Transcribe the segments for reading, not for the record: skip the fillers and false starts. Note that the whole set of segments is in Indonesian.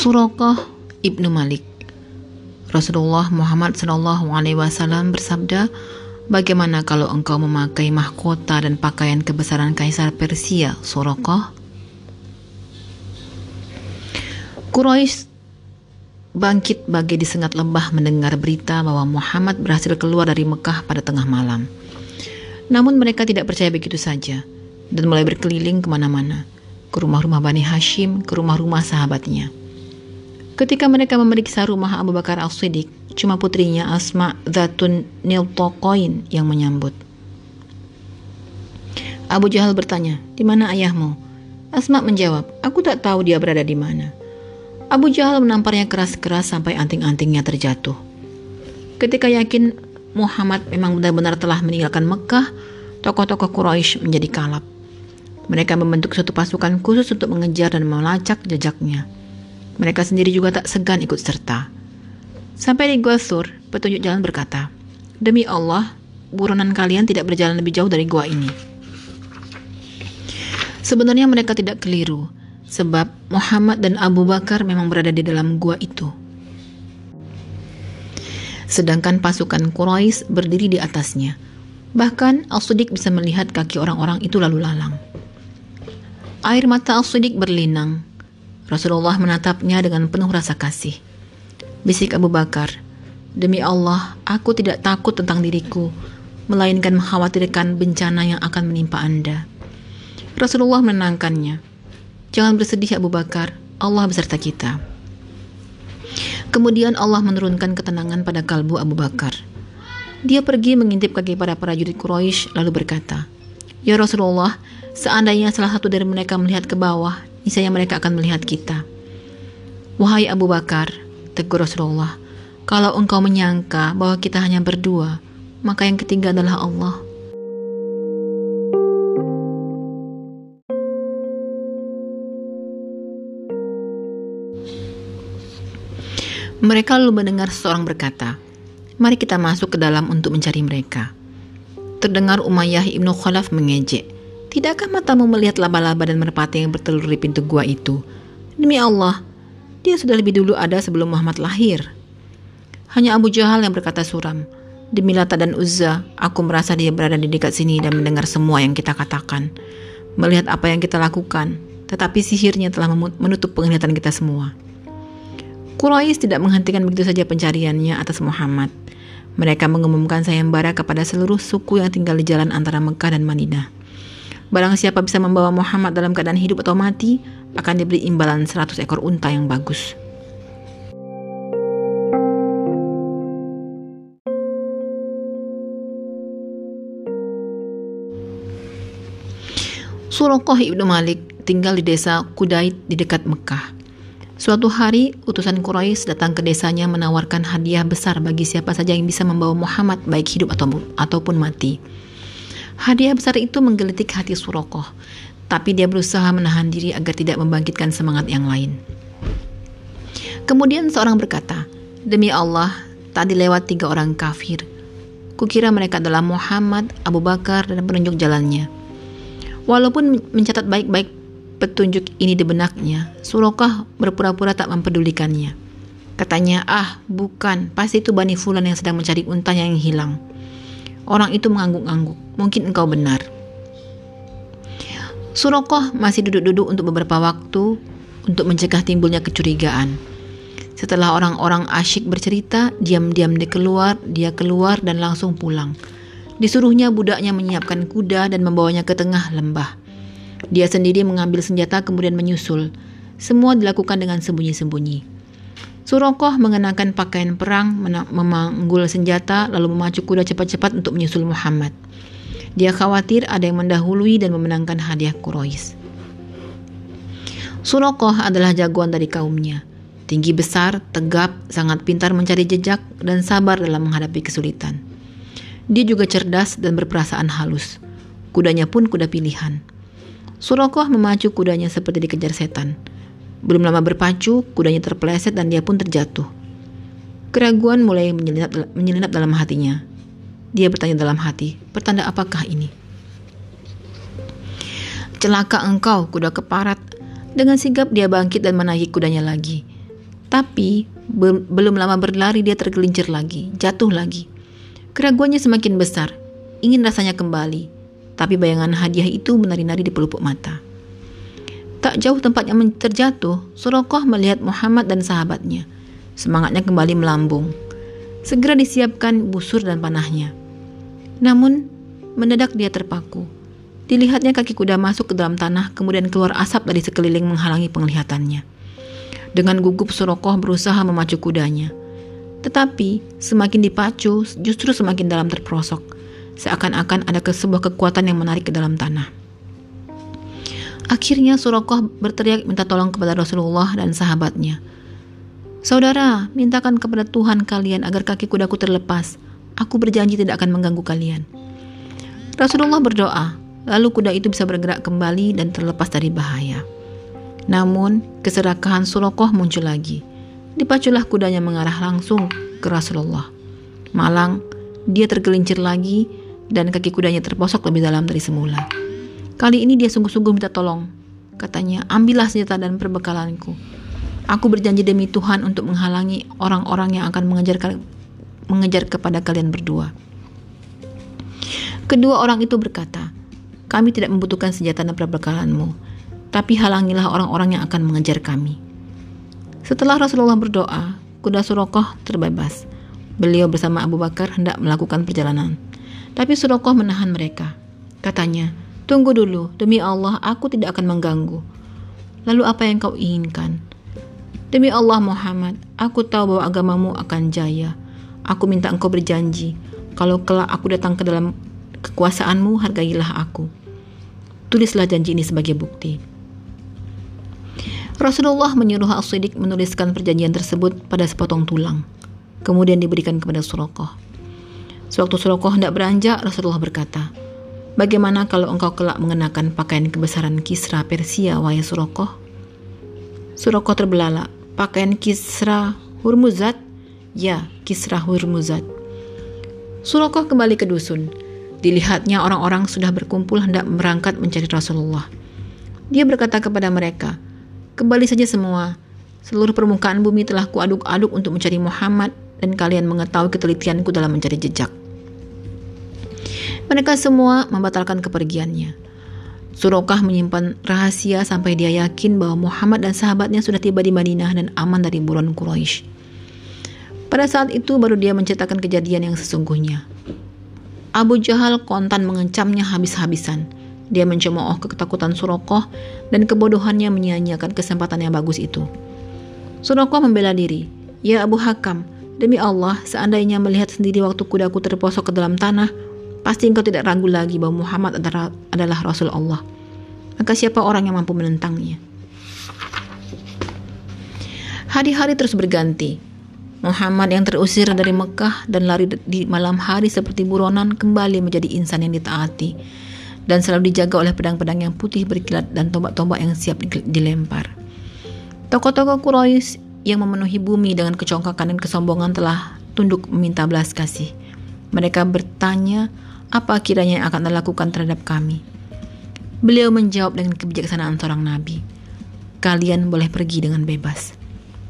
Suraqah ibnu Malik. Rasulullah Muhammad SAW bersabda, "Bagaimana kalau engkau memakai mahkota dan pakaian kebesaran Kaisar Persia, Suraqah?" Quraisy bangkit bagai disengat lebah mendengar berita bahwa Muhammad berhasil keluar dari Mekah pada tengah malam. Namun mereka tidak percaya begitu saja dan mulai berkeliling kemana-mana, ke rumah-rumah Bani Hashim, ke rumah-rumah sahabatnya. Ketika mereka memeriksa rumah Abu Bakar As-Siddiq, cuma putrinya Asma Dzatun Niltaqain yang menyambut. Abu Jahal bertanya, "Di mana ayahmu?" Asma menjawab, "Aku tak tahu dia berada di mana." Abu Jahal menamparnya keras-keras sampai anting-antingnya terjatuh. Ketika yakin Muhammad memang benar-benar telah meninggalkan Mekah, tokoh-tokoh Quraisy menjadi kalap. Mereka membentuk suatu pasukan khusus untuk mengejar dan melacak jejaknya. Mereka sendiri juga tak segan ikut serta. Sampai di Gua Thur, petunjuk jalan berkata, "Demi Allah, buronan kalian tidak berjalan lebih jauh dari gua ini." Sebenarnya mereka tidak keliru, sebab Muhammad dan Abu Bakar memang berada di dalam gua itu. Sedangkan pasukan Quraisy berdiri di atasnya. Bahkan As-Siddiq bisa melihat kaki orang-orang itu lalu lalang. Air mata As-Siddiq berlinang. Rasulullah menatapnya dengan penuh rasa kasih. Bisik Abu Bakar, "Demi Allah, aku tidak takut tentang diriku, melainkan mengkhawatirkan bencana yang akan menimpa Anda." Rasulullah menenangkannya. "Jangan bersedih Abu Bakar, Allah beserta kita." Kemudian Allah menurunkan ketenangan pada kalbu Abu Bakar. Dia pergi mengintip kaki para prajurit Quraisy lalu berkata, "Ya Rasulullah, seandainya salah satu dari mereka melihat ke bawah, niscaya mereka akan melihat kita." "Wahai Abu Bakar," tegur Rasulullah, "kalau engkau menyangka bahwa kita hanya berdua, maka yang ketiga adalah Allah." Mereka lalu mendengar seseorang berkata, "Mari kita masuk ke dalam untuk mencari mereka." Terdengar Umayyah ibnu Khalaf mengejek, "Tidakkah matamu melihat laba-laba dan merpati yang bertelur di pintu gua itu? Demi Allah, dia sudah lebih dulu ada sebelum Muhammad lahir." Hanya Abu Jahal yang berkata suram, "Demi Lata dan Uzza, aku merasa dia berada di dekat sini dan mendengar semua yang kita katakan, melihat apa yang kita lakukan, tetapi sihirnya telah menutup penglihatan kita semua." Quraisy tidak menghentikan begitu saja pencariannya atas Muhammad. Mereka mengumumkan sayembara kepada seluruh suku yang tinggal di jalan antara Mekah dan Madinah. Barang siapa bisa membawa Muhammad dalam keadaan hidup atau mati, akan diberi imbalan 100 ekor unta yang bagus. Suraqah ibnu Malik tinggal di desa Qudait di dekat Mekah. Suatu hari, utusan Quraisy datang ke desanya menawarkan hadiah besar bagi siapa saja yang bisa membawa Muhammad baik hidup ataupun mati. Hadiah besar itu menggelitik hati Suraqah, tapi dia berusaha menahan diri agar tidak membangkitkan semangat yang lain. Kemudian seorang berkata, "Demi Allah, tadi lewat 3 orang kafir. Kukira mereka adalah Muhammad, Abu Bakar, dan penunjuk jalannya." Walaupun mencatat baik-baik petunjuk ini di benaknya, Suraqah berpura-pura tak mempedulikannya. Katanya, bukan, pasti itu Bani Fulan yang sedang mencari untanya yang hilang." Orang itu mengangguk-angguk, "Mungkin engkau benar." Suraqah masih duduk-duduk untuk beberapa waktu untuk mencegah timbulnya kecurigaan. Setelah orang-orang asyik bercerita, diam-diam dia keluar dan langsung pulang. Disuruhnya budaknya menyiapkan kuda dan membawanya ke tengah lembah. Dia sendiri mengambil senjata kemudian menyusul. Semua dilakukan dengan sembunyi-sembunyi. Suraqah mengenakan pakaian perang, memanggul senjata, lalu memacu kuda cepat-cepat untuk menyusul Muhammad. Dia khawatir ada yang mendahului dan memenangkan hadiah Quraisy. Suraqah adalah jagoan dari kaumnya. Tinggi besar, tegap, sangat pintar mencari jejak, dan sabar dalam menghadapi kesulitan. Dia juga cerdas dan berperasaan halus. Kudanya pun kuda pilihan. Suraqah memacu kudanya seperti dikejar setan. Belum lama berpacu, kudanya terpeleset dan dia pun terjatuh. Keraguan mulai menyelinap dalam hatinya. Dia bertanya dalam hati, "Pertanda apakah ini?" "Celaka engkau, kuda keparat." Dengan sigap dia bangkit dan menaiki kudanya lagi. Tapi belum lama berlari dia tergelincir lagi, jatuh lagi. Keraguannya semakin besar, ingin rasanya kembali, tapi bayangan hadiah itu menari-nari di pelupuk mata. Tak jauh tempatnya terjatuh, Suraqah melihat Muhammad dan sahabatnya. Semangatnya kembali melambung. Segera disiapkan busur dan panahnya. Namun, mendadak dia terpaku. Dilihatnya kaki kuda masuk ke dalam tanah, kemudian keluar asap dari sekeliling menghalangi penglihatannya. Dengan gugup Suraqah berusaha memacu kudanya. Tetapi semakin dipacu justru semakin dalam terperosok. Seakan-akan ada sebuah kekuatan yang menarik ke dalam tanah. Akhirnya Suraqah berteriak minta tolong kepada Rasulullah dan sahabatnya. "Saudara, mintakan kepada Tuhan kalian agar kaki kudaku terlepas. Aku berjanji tidak akan mengganggu kalian." Rasulullah berdoa, lalu kuda itu bisa bergerak kembali dan terlepas dari bahaya. Namun, keserakahan Suraqah muncul lagi. Dipaculah kudanya mengarah langsung ke Rasulullah. Malang, dia tergelincir lagi dan kaki kudanya terposok lebih dalam dari semula. Kali ini dia sungguh-sungguh minta tolong. Katanya, "Ambillah senjata dan perbekalanku. Aku berjanji demi Tuhan untuk menghalangi orang-orang yang akan mengejar kepada kalian berdua." Kedua orang itu berkata, "Kami tidak membutuhkan senjata dan perbekalanmu, tapi halangilah orang-orang yang akan mengejar kami." Setelah Rasulullah berdoa, kuda Suraqah terbebas. Beliau bersama Abu Bakar hendak melakukan perjalanan, tapi Suraqah menahan mereka. Katanya, "Tunggu dulu, demi Allah aku tidak akan mengganggu." "Lalu apa yang kau inginkan?" "Demi Allah Muhammad, aku tahu bahwa agamamu akan jaya. Aku minta engkau berjanji, kalau kelak aku datang ke dalam kekuasaanmu, hargailah aku. Tulislah janji ini sebagai bukti." Rasulullah menyuruh As-Siddiq menuliskan perjanjian tersebut pada sepotong tulang. Kemudian diberikan kepada Suraqah. Sewaktu Suraqah hendak beranjak, Rasulullah berkata, "Bagaimana kalau engkau kelak mengenakan pakaian kebesaran Kisra Persia, wahai Suraqah?" Suraqah terbelalak. "Pakaian Kisra Hurmuzad?" "Ya, Kisra Hurmuzad." Suraqah kembali ke dusun. Dilihatnya orang-orang sudah berkumpul hendak berangkat mencari Rasulullah. Dia berkata kepada mereka, "Kembali saja semua. Seluruh permukaan bumi telah kuaduk-aduk untuk mencari Muhammad dan kalian mengetahui ketelitianku dalam mencari jejak." Mereka semua membatalkan kepergiannya. Suraqah menyimpan rahasia sampai dia yakin bahwa Muhammad dan sahabatnya sudah tiba di Madinah dan aman dari buruan Quraisy. Pada saat itu baru dia menceritakan kejadian yang sesungguhnya. Abu Jahal kontan mengancamnya habis-habisan. Dia mencemooh ketakutan Suraqah dan kebodohannya menyia-nyiakan kesempatan yang bagus itu. Suraqah membela diri. "Ya Abu Hakam, demi Allah, seandainya melihat sendiri waktu kudaku terposok ke dalam tanah, pasti engkau tidak ragu lagi bahwa Muhammad adalah Rasul Allah. Maka siapa orang yang mampu menentangnya?" Hari-hari terus berganti. Muhammad yang terusir dari Mekah dan lari di malam hari seperti buronan kembali menjadi insan yang ditaati dan selalu dijaga oleh pedang-pedang yang putih berkilat dan tombak-tombak yang siap dilempar. Tokoh-tokoh Quraisy yang memenuhi bumi dengan kecongkakan dan kesombongan telah tunduk meminta belas kasih. Mereka bertanya, "Apa kiranya yang akan Anda lakukan terhadap kami?" Beliau menjawab dengan kebijaksanaan seorang nabi, "Kalian boleh pergi dengan bebas."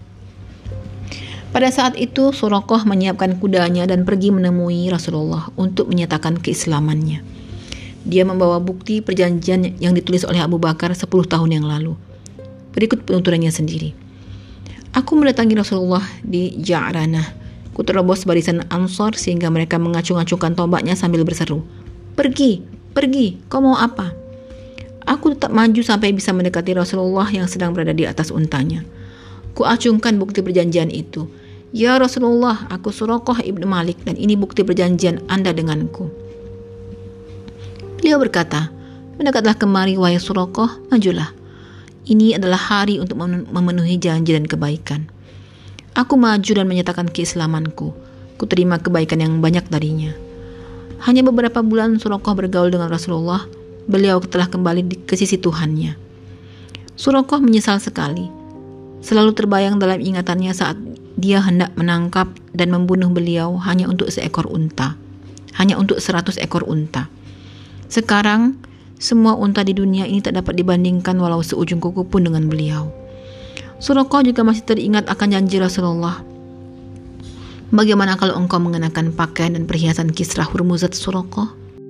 Pada saat itu Suraqah menyiapkan kudanya dan pergi menemui Rasulullah untuk menyatakan keislamannya. Dia membawa bukti perjanjian yang ditulis oleh Abu Bakar 10 tahun yang lalu. Berikut penuturannya sendiri. "Aku mendatangi Rasulullah di Ja'ranah. Ku terobos barisan Ansar sehingga mereka mengacung-acungkan tombaknya sambil berseru, 'Pergi, pergi, kau mau apa?' Aku tetap maju sampai bisa mendekati Rasulullah yang sedang berada di atas untanya. Ku acungkan bukti perjanjian itu. 'Ya Rasulullah, aku Suraqah ibnu Malik dan ini bukti perjanjian Anda denganku.' Beliau berkata, 'Mendekatlah kemari wahai Suraqah, majulah. Ini adalah hari untuk memenuhi janji dan kebaikan.' Aku maju dan menyatakan keislamanku. Ku terima kebaikan yang banyak darinya. Hanya beberapa bulan Suraqah bergaul dengan Rasulullah, beliau telah kembali ke sisi Tuhannya. Suraqah menyesal sekali. Selalu terbayang dalam ingatannya saat dia hendak menangkap dan membunuh beliau hanya untuk 100 ekor unta. Sekarang, semua unta di dunia ini tak dapat dibandingkan walau seujung kuku pun dengan beliau. Suraqah juga masih teringat akan janji Rasulullah. Bagaimana kalau engkau mengenakan pakaian dan perhiasan Kisra Hurmuzat, Suraqah?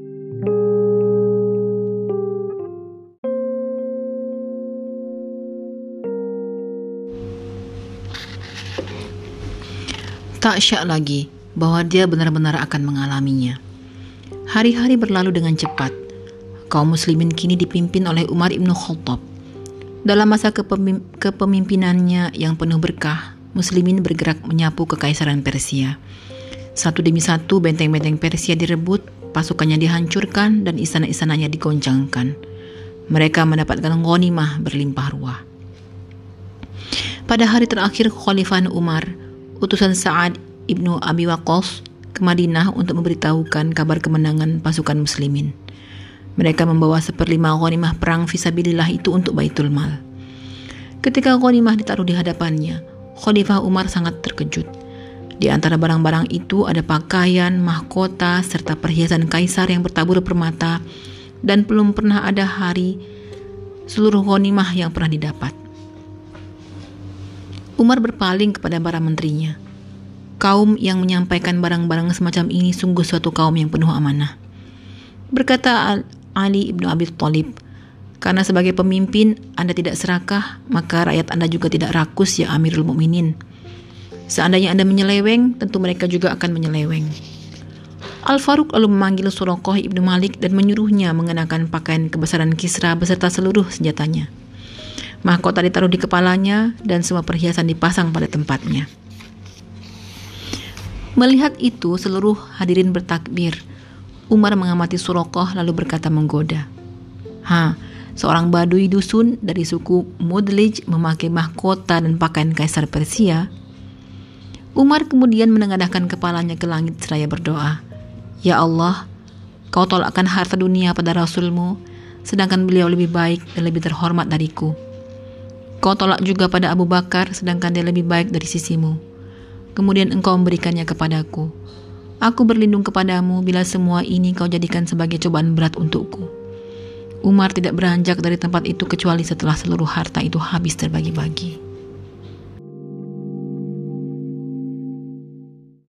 Tak syak lagi bahwa dia benar-benar akan mengalaminya. Hari-hari berlalu dengan cepat. Kaum muslimin kini dipimpin oleh Umar ibn Khattab. Dalam masa kepemimpinannya yang penuh berkah, muslimin bergerak menyapu kekaisaran Persia. Satu demi satu benteng-benteng Persia direbut, pasukannya dihancurkan, dan istana-istananya digoncangkan. Mereka mendapatkan ghanimah berlimpah ruah. Pada hari terakhir kekhalifahan Umar, utusan Sa'ad ibnu Abi Waqqas ke Madinah untuk memberitahukan kabar kemenangan pasukan muslimin. Mereka membawa 1/5 ghanimah perang fisabilillah itu untuk Baitul Mal. Ketika ghanimah ditaruh di hadapannya, Khalifah Umar sangat terkejut. Di antara barang-barang itu ada pakaian, mahkota, serta perhiasan kaisar yang bertabur permata, dan belum pernah ada hari seluruh ghanimah yang pernah didapat. Umar berpaling kepada para menterinya. Kaum yang menyampaikan barang-barang semacam ini sungguh suatu kaum yang penuh amanah. Berkata Ali ibnu Abi Thalib, karena sebagai pemimpin Anda tidak serakah, maka rakyat Anda juga tidak rakus, ya Amirul Mukminin. Seandainya Anda menyeleweng, tentu mereka juga akan menyeleweng. Al-Faruq lalu memanggil Suraqah ibnu Malik dan menyuruhnya mengenakan pakaian kebesaran Kisra beserta seluruh senjatanya. Mahkota ditaruh di kepalanya dan semua perhiasan dipasang pada tempatnya. Melihat itu, seluruh hadirin bertakbir. Umar mengamati Suraqah lalu berkata menggoda, seorang badui dusun dari suku Mudlij memakai mahkota dan pakaian kaisar Persia. Umar kemudian menengadahkan kepalanya ke langit seraya berdoa, Ya Allah, Kau tolakkan harta dunia pada Rasulmu, sedangkan beliau lebih baik dan lebih terhormat dariku. Kau tolak juga pada Abu Bakar, sedangkan dia lebih baik dari sisimu. Kemudian Engkau memberikannya kepadaku. Aku berlindung kepadamu bila semua ini Kau jadikan sebagai cobaan berat untukku. Umar tidak beranjak dari tempat itu kecuali setelah seluruh harta itu habis terbagi-bagi.